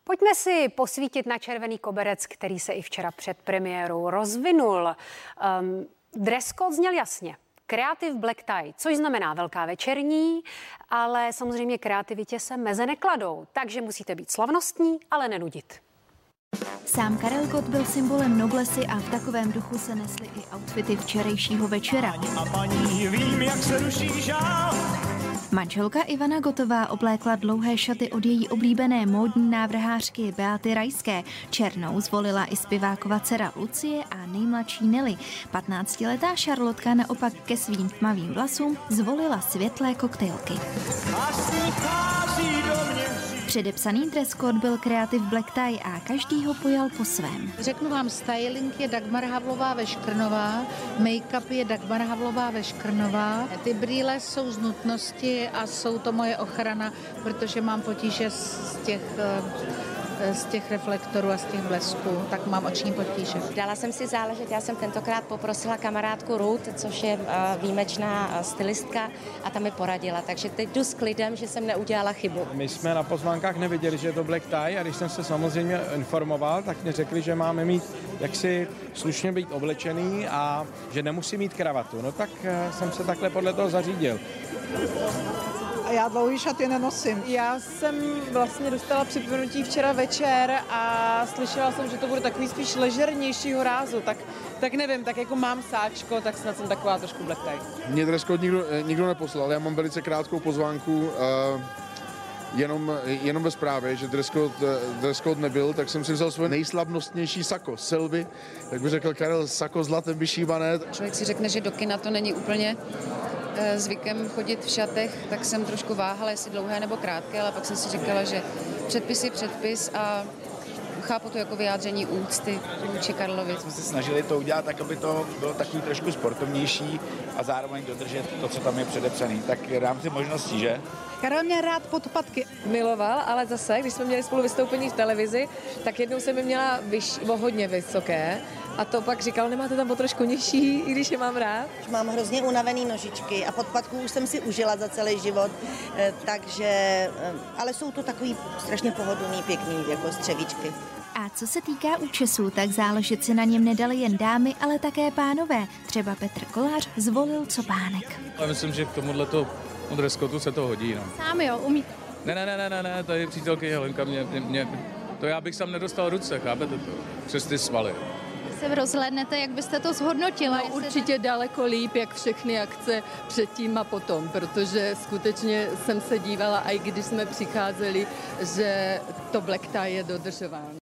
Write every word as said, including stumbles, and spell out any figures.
Pojďme si posvítit na červený koberec, který se i včera před premiérou rozvinul. Um, dress code zněl jasně. Creative black tie, což znamená velká večerní, ale samozřejmě kreativitě se meze nekladou, takže musíte být slavnostní, ale nenudit. Sám Karel Gott byl symbolem noblesy a v takovém duchu se nesly i outfity včerejšího večera. A paní, vím, jak se ruší žál. Manželka Ivana Gottová oblékla dlouhé šaty od její oblíbené módní návrhářky Beaty Rajské. Černou zvolila i zpěvákova dcera Lucie a nejmladší Nelly. patnáctiletá Šarlotka naopak ke svým tmavým vlasům zvolila světlé koktejlky. Předepsaný dress code byl Creative black tie a každý ho pojal po svém. Řeknu vám, styling je Dagmar Havlová Veškrnová, make-up je Dagmar Havlová Veškrnová. Ty brýle jsou z nutnosti a jsou to moje ochrana, protože mám potíže z těch, z těch reflektorů a z těch blesků, tak mám oční potíže. Dala jsem si záležet, já jsem tentokrát poprosila kamarádku Ruth, což je výjimečná stylistka, a ta mi poradila, takže teď jdu s klidem, že jsem neudělala chybu. My jsme na pozvánkách neviděli, že je to black tie, a když jsem se samozřejmě informoval, tak mi řekli, že máme mít jaksi slušně být oblečený a že nemusí mít kravatu. No tak jsem se takhle podle toho zařídil. A já dlouhý šaty nenosím. Já jsem vlastně dostala připomenutí včera večer a slyšela jsem, že to bude takový spíš ležernějšího rázu, tak, tak nevím, tak jako mám sáčko, tak snad jsem taková trošku black tie. Mě dress code nikdo, nikdo neposlal, já mám velice krátkou pozvánku, uh, jenom, jenom ve zprávě, že dress code, dress code nebyl, tak jsem si vzal svoje nejslavnostnější sako, Sylvie, jak by řekl Karel, sako zlatem vyšívané. Člověk si řekne, že do kina to není úplně zvykem chodit v šatech, tak jsem trošku váhala, jestli dlouhé nebo krátké, ale pak jsem si říkala, že předpis je předpis a chápu to jako vyjádření úcty vůči Karlovi. Jsme se snažili to udělat tak, aby to bylo takový trošku sportovnější a zároveň dodržet to, co tam je předepsaný. Tak dám si možností, že? Karel měl rád podpatky. Miloval, ale zase, když jsme měli spolu vystoupení v televizi, tak jednou jsem je měla vyš, o hodně vysoké a to pak říkal, nemáte tam o trošku nižší, i když je mám rád. Mám hrozně unavený nožičky a podpatku už jsem si užila za celý život, takže, ale jsou to takový strašně pohodlný, pěkný, jako střevíčky. A co se týká účesů, tak záležet si na něm nedali jen dámy, ale také pánové. Třeba Petr Kolář zvolil copánek. Já myslím, že k tomuhleto dress codeu se to hodí. No. Sám jo, umí. Ne, ne, ne, ne, ne, tady přítelky Helenka mě, mě, mě, to já bych sam nedostal ruce, chápete to? Přes ty svaly. Se rozhlédnete, jak byste to zhodnotila? No, určitě daleko líp, jak všechny akce předtím a potom, protože skutečně jsem se dívala, i když jsme přicházeli, že to black tie je dodržováno.